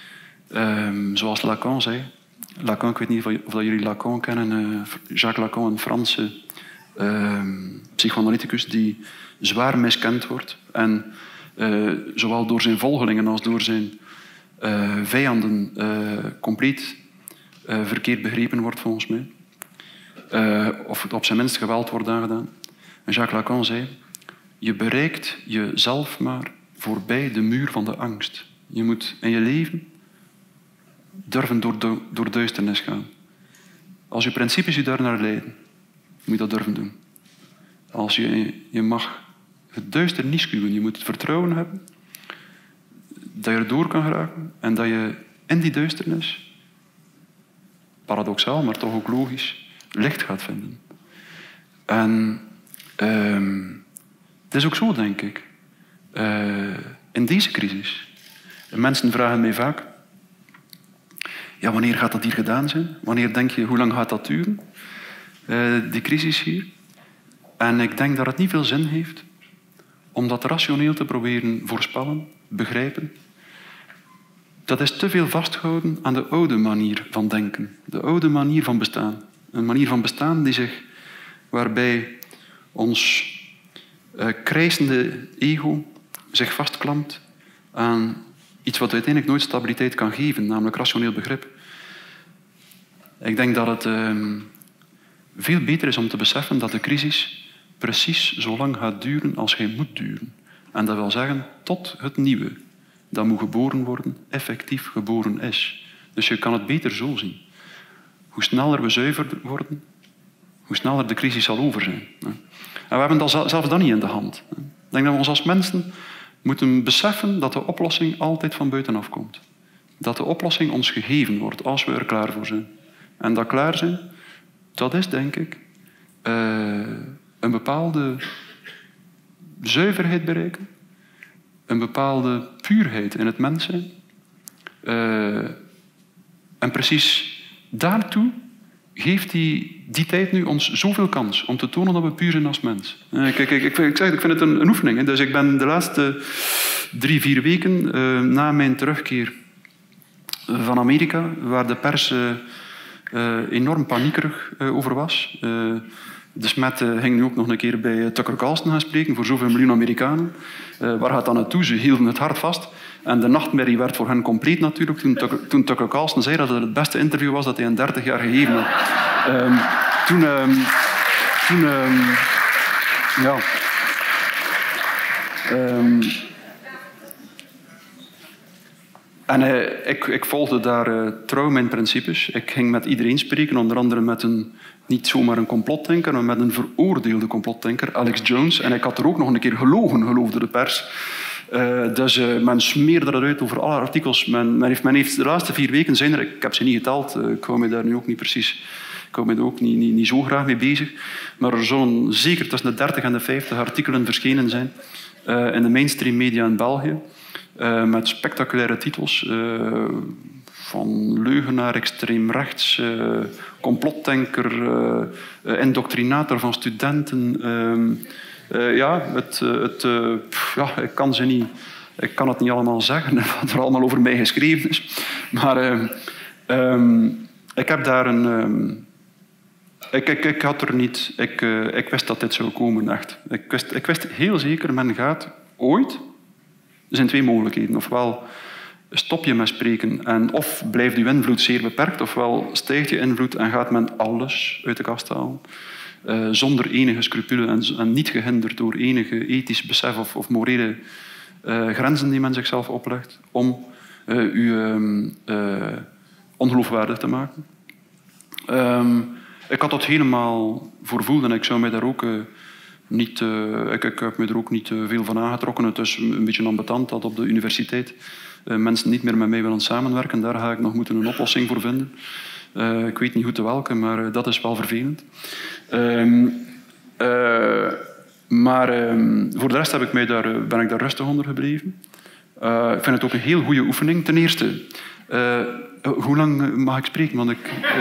zoals Lacan zei... Lacan, ik weet niet of jullie Lacan kennen. Jacques Lacan, een Franse psychoanalyticus die zwaar miskend wordt. En zowel door zijn volgelingen als door zijn vijanden compleet verkeerd begrepen wordt, volgens mij. Of op zijn minst geweld wordt aangedaan. En Jacques Lacan zei, je bereikt jezelf maar voorbij de muur van de angst. Je moet in je leven durven door duisternis gaan. Als je principes je daar naar leiden, moet je dat durven doen. Als je mag het duister niet schuwen. Je moet het vertrouwen hebben dat je erdoor kan geraken en dat je in die duisternis, paradoxaal, maar toch ook logisch, licht gaat vinden. En het is ook zo, denk ik, in deze crisis. Mensen vragen mij vaak, ja, wanneer gaat dat hier gedaan zijn? Wanneer denk je, hoe lang gaat dat duren? Die crisis hier. En ik denk dat het niet veel zin heeft om dat rationeel te proberen voorspellen, begrijpen. Dat is te veel vastgehouden aan de oude manier van denken. De oude manier van bestaan. Een manier van bestaan waarbij ons krijsende ego zich vastklampt aan iets wat uiteindelijk nooit stabiliteit kan geven, namelijk rationeel begrip. Ik denk dat het veel beter is om te beseffen dat de crisis precies zo lang gaat duren als hij moet duren. En dat wil zeggen tot het nieuwe, dat moet geboren worden, effectief geboren is. Dus je kan het beter zo zien. Hoe sneller we zuiver worden, hoe sneller de crisis zal over zijn. En we hebben dat zelfs dan niet in de hand. Ik denk dat we ons als mensen moeten beseffen dat de oplossing altijd van buitenaf komt. Dat de oplossing ons gegeven wordt als we er klaar voor zijn. En dat klaar zijn, dat is denk ik een bepaalde zuiverheid bereiken. Een bepaalde puurheid in het mens zijn. En precies daartoe geeft die tijd nu ons zoveel kans om te tonen dat we puur zijn als mens. Ik vind het een oefening. Hè. Dus ik ben de laatste 3-4 weken na mijn terugkeer van Amerika, waar de pers enorm paniekerig over was. De Smet ging nu ook nog een keer bij Tucker Carlson gaan spreken voor zoveel miljoen Amerikanen. Waar gaat dat naartoe? Ze hielden het hard vast. En de nachtmerrie werd voor hen compleet natuurlijk toen Tucker Carlson zei dat het beste interview was dat hij in 30 jaar gegeven had. toen... ja... En ik volgde daar trouw mijn principes. Ik ging met iedereen spreken, onder andere met niet zomaar een complotdenker, maar met een veroordeelde complotdenker, Alex Jones. En ik had er ook nog een keer gelogen, geloofde de pers. Dus men smeerde eruit over alle artikels. Men heeft de laatste 4 weken zijn er, ik heb ze niet geteld, ik hou me daar nu ook niet precies, ik hou me er ook niet zo graag mee bezig, maar er zullen zeker tussen de 30 en de 50 artikelen verschenen zijn in de mainstream media in België. Met spectaculaire titels. Van leugenaar, extreem rechts, complotdenker, indoctrinator van studenten. Ik kan ze niet... Ik kan het niet allemaal zeggen, wat er allemaal over mij geschreven is. Maar ik heb daar een... Ik had er niet... Ik wist dat dit zou komen, echt. Ik wist heel zeker, men gaat ooit... Er zijn 2 mogelijkheden. Ofwel stop je met spreken en of blijft je invloed zeer beperkt, ofwel stijgt je invloed en gaat men alles uit de kast halen. Zonder enige scrupule en niet gehinderd door enige ethisch besef of morele grenzen die men zichzelf oplegt om u ongeloofwaardig te maken. Ik had dat helemaal voorvoeld en ik zou mij daar ook... ik heb me er ook niet veel van aangetrokken. Het is een beetje ambetant dat op de universiteit mensen niet meer met mij willen samenwerken. Daar ga ik nog moeten een oplossing voor vinden. Ik weet niet goed de welke, maar dat is wel vervelend. Maar voor de rest ben ik daar rustig onder gebleven. Ik vind het ook een heel goede oefening. Ten eerste, hoe lang mag ik spreken? Want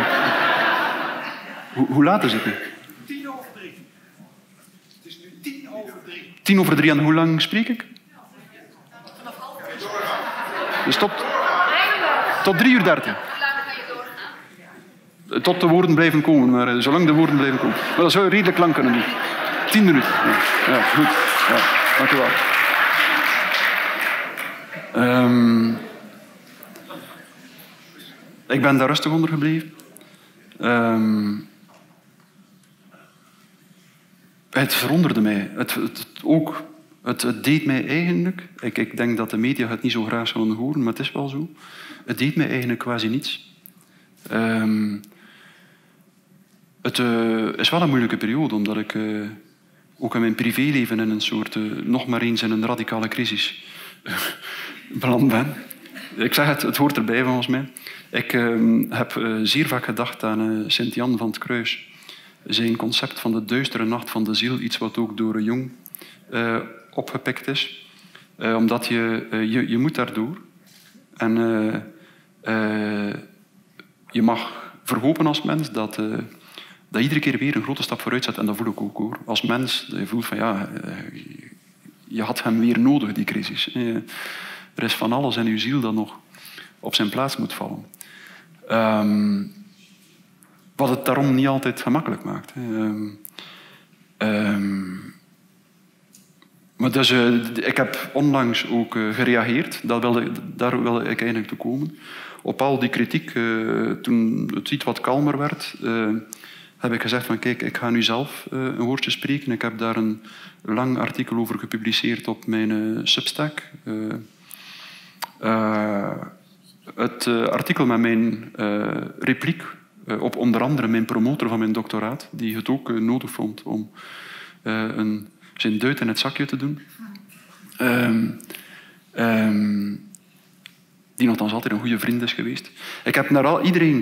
hoe laat is het nu? 2:50. En hoe lang spreek ik? Dus tot 3:30. Tot de woorden blijven komen, maar zolang de woorden blijven komen. Maar dat zou je redelijk lang kunnen doen. 10 minuten. Ja, goed. Ja, dank u wel. Ik ben daar rustig onder gebleven. Het verwonderde mij. Het deed mij eigenlijk... Ik denk dat de media het niet zo graag zullen horen, maar het is wel zo. Het deed mij eigenlijk quasi niets. Het is wel een moeilijke periode, omdat ik ook in mijn privéleven in een soort... nog maar eens in een radicale crisis beland ben. Ik zeg het hoort erbij volgens mij. Ik heb zeer vaak gedacht aan Sint-Jan van 't Kruis. Zijn concept van de duistere nacht van de ziel, iets wat ook door Jung opgepikt is. Omdat je moet daardoor. En je mag verhopen als mens dat je iedere keer weer een grote stap vooruit zet. En dat voel ik ook, hoor. Als mens, je voelt van ja, je had hem weer nodig, die crisis. Er is van alles in je ziel dat nog op zijn plaats moet vallen. Wat het daarom niet altijd gemakkelijk maakt. Maar dus, ik heb onlangs ook gereageerd. Daar wilde ik eigenlijk toe komen. Op al die kritiek, toen het iets wat kalmer werd, heb ik gezegd van kijk, ik ga nu zelf een woordje spreken. Ik heb daar een lang artikel over gepubliceerd op mijn Substack. Het artikel met mijn repliek op onder andere mijn promotor van mijn doctoraat, die het ook nodig vond om zijn duit in het zakje te doen. Die nogthans altijd een goede vriend is geweest. Ik heb naar iedereen...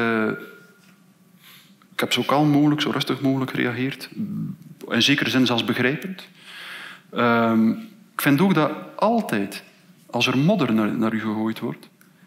ik heb zo kalm mogelijk, zo rustig mogelijk gereageerd. In zekere zin zelfs begrijpend. Ik vind ook dat altijd, als er modder naar u gegooid wordt,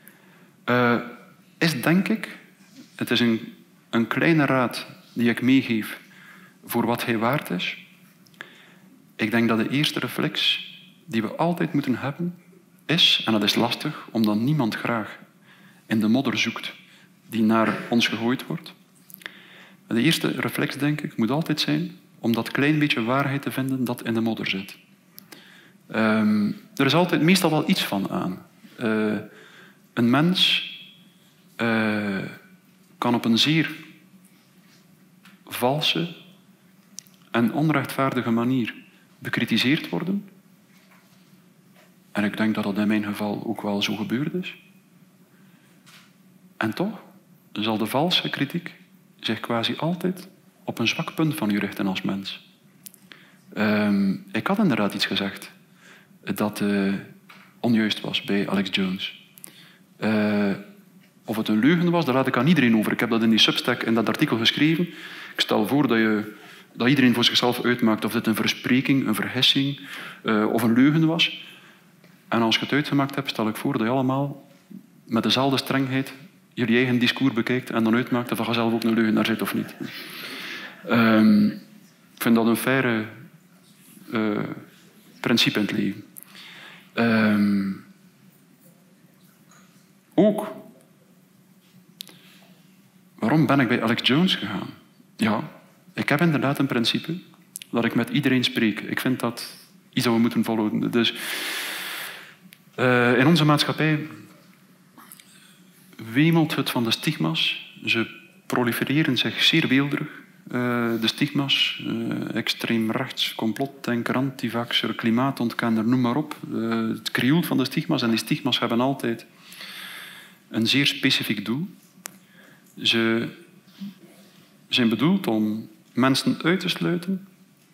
is denk ik... Het is een kleine raad die ik meegeef voor wat hij waard is. Ik denk dat de eerste reflex die we altijd moeten hebben is, en dat is lastig, omdat niemand graag in de modder zoekt die naar ons gegooid wordt. De eerste reflex, denk ik, moet altijd zijn om dat klein beetje waarheid te vinden dat in de modder zit. Er is altijd meestal wel iets van aan. Een mens kan op een zeer valse, en onrechtvaardige manier bekritiseerd worden. En ik denk dat dat in mijn geval ook wel zo gebeurd is. En toch zal de valse kritiek zich quasi altijd op een zwak punt van u richten als mens. Ik had inderdaad iets gezegd dat onjuist was bij Alex Jones. Of het een leugen was, daar laat ik aan iedereen over. Ik heb dat in die Substack, in dat artikel geschreven. Ik stel voor dat iedereen voor zichzelf uitmaakt of dit een verspreking, een vergissing of een leugen was. En als je het uitgemaakt hebt, stel ik voor dat je allemaal met dezelfde strengheid jullie eigen discours bekijkt en dan uitmaakt of je zelf ook een leugenaar zit of niet. Ik vind dat een faire principe in het leven. Ook, waarom ben ik bij Alex Jones gegaan? Ja, ik heb inderdaad een principe dat ik met iedereen spreek. Ik vind dat iets dat we moeten volhouden. Dus in onze maatschappij wemelt het van de stigma's. Ze prolifereren zich zeer weelderig. De stigma's, extreem rechts, complotdenker, antivaxer, klimaatontkenner, noem maar op. Het krioelt van de stigma's en die stigma's hebben altijd een zeer specifiek doel. Ze zijn bedoeld om mensen uit te sluiten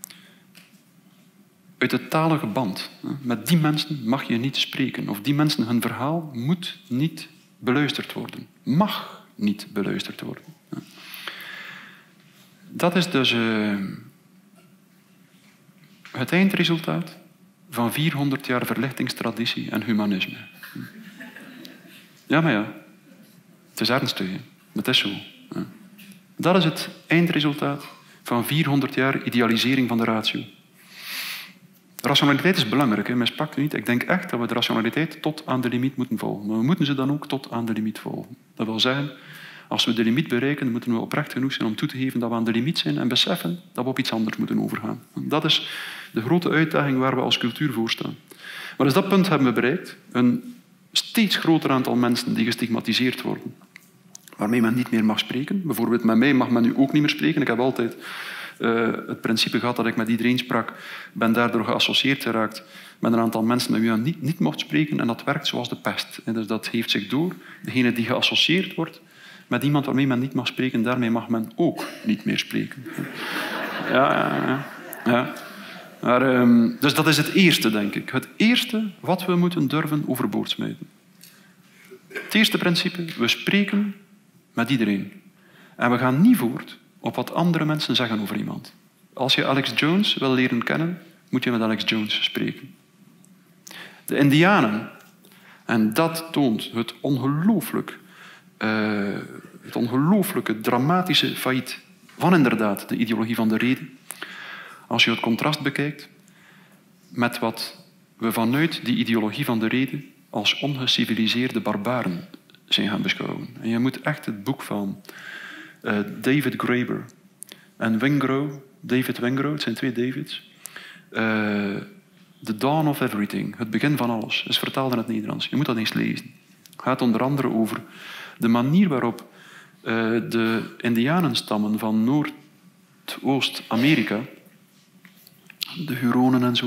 uit het talige band. Met die mensen mag je niet spreken. Of die mensen, hun verhaal moet niet beluisterd worden. Mag niet beluisterd worden. Dat is dus het eindresultaat van 400 jaar verlichtingstraditie en humanisme. Ja, maar ja. Het is ernstig. Hè? Het is zo. Dat is het eindresultaat van 400 jaar idealisering van de ratio. Rationaliteit is belangrijk, hè? Mispak niet. Ik denk echt dat we de rationaliteit tot aan de limiet moeten volgen. Maar we moeten ze dan ook tot aan de limiet volgen. Dat wil zeggen, als we de limiet bereiken, dan moeten we oprecht genoeg zijn om toe te geven dat we aan de limiet zijn en beseffen dat we op iets anders moeten overgaan. Dat is de grote uitdaging waar we als cultuur voor staan. Maar dus dat punt hebben we bereikt. Een steeds groter aantal mensen die gestigmatiseerd worden, waarmee men niet meer mag spreken. Bijvoorbeeld met mij mag men nu ook niet meer spreken. Ik heb altijd het principe gehad dat ik met iedereen sprak, ben daardoor geassocieerd geraakt met een aantal mensen met wie men niet mocht spreken. En dat werkt zoals de pest. En dus dat heeft zich door. Degene die geassocieerd wordt met iemand waarmee men niet mag spreken, daarmee mag men ook niet meer spreken. Ja. Maar, dus dat is het eerste, denk ik. Het eerste wat we moeten durven overboord smijten. Het eerste principe, we spreken met iedereen. En we gaan niet voort op wat andere mensen zeggen over iemand. Als je Alex Jones wil leren kennen, moet je met Alex Jones spreken. De Indianen, en dat toont het ongelooflijke, dramatische failliet van inderdaad de ideologie van de rede. Als je het contrast bekijkt met wat we vanuit die ideologie van de rede als ongeciviliseerde barbaren zijn gaan beschouwen. En je moet echt het boek van David Graeber en David Wengrow, het zijn twee Davids, The Dawn of Everything, het begin van alles, is vertaald in het Nederlands. Je moet dat eens lezen. Het gaat onder andere over de manier waarop de indianenstammen van Noordoost-Amerika, de Huronen en zo,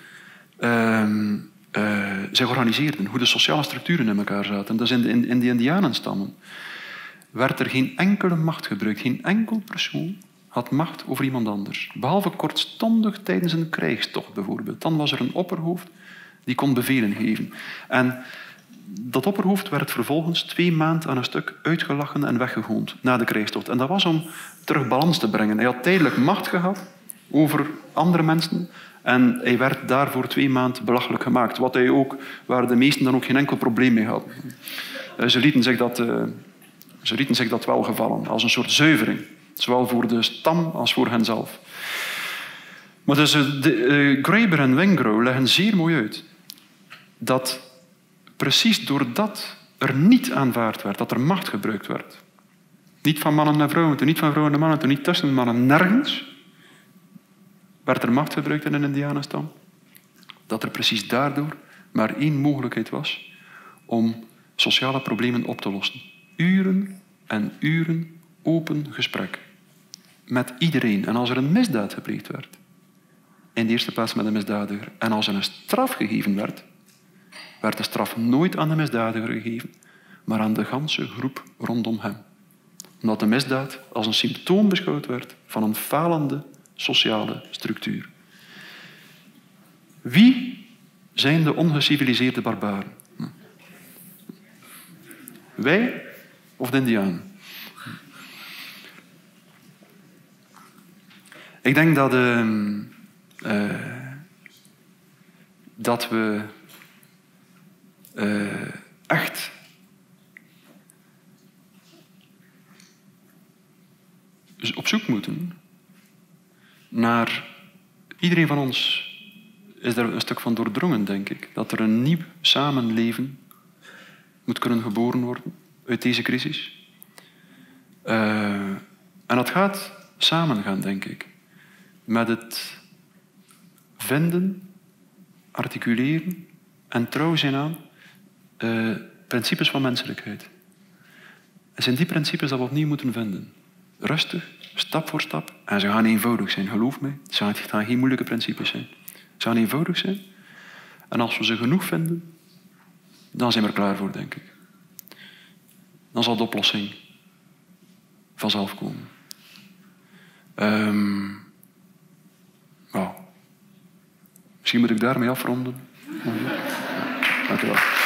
zich organiseerden, hoe de sociale structuren in elkaar zaten. Dus in die indianenstammen werd er geen enkele macht gebruikt. Geen enkel persoon had macht over iemand anders. Behalve kortstondig tijdens een krijgstocht bijvoorbeeld. Dan was er een opperhoofd die kon bevelen geven. En dat opperhoofd werd vervolgens 2 maanden aan een stuk uitgelachen en weggegooid na de krijgstocht. En dat was om terug balans te brengen. Hij had tijdelijk macht gehad over andere mensen en hij werd daarvoor 2 maanden belachelijk gemaakt. Wat hij ook, waar de meesten dan ook geen enkel probleem mee hadden. Ze lieten zich dat wel gevallen, als een soort zuivering. Zowel voor de stam als voor henzelf. Maar dus Graeber en Wengrow leggen zeer mooi uit dat precies doordat er niet aanvaard werd, dat er macht gebruikt werd. Niet van mannen naar vrouwen, niet van vrouwen naar mannen, niet tussen mannen, nergens werd er macht gebruikt in een indianenstam. Dat er precies daardoor maar 1 mogelijkheid was om sociale problemen op te lossen. Uren en uren open gesprek. met iedereen. En als er een misdaad gepleegd werd, in de eerste plaats met de misdadiger, en als er een straf gegeven werd, werd de straf nooit aan de misdadiger gegeven, maar aan de ganse groep rondom hem. Omdat de misdaad als een symptoom beschouwd werd van een falende sociale structuur. Wie zijn de ongeciviliseerde barbaren? Wij of de Indianen? Ik denk dat we echt op zoek moeten naar... Iedereen van ons is daar een stuk van doordrongen, denk ik. Dat er een nieuw samenleven moet kunnen geboren worden uit deze crisis. En dat gaat samengaan, denk ik, met het vinden, articuleren en trouw zijn aan principes van menselijkheid. Het zijn die principes dat we opnieuw moeten vinden. Rustig, stap voor stap. En ze gaan eenvoudig zijn, geloof mij. Het gaan geen moeilijke principes zijn. Ze gaan eenvoudig zijn. En als we ze genoeg vinden, dan zijn we er klaar voor, denk ik. Dan zal de oplossing vanzelf komen. Misschien moet ik daarmee afronden. Dank u wel.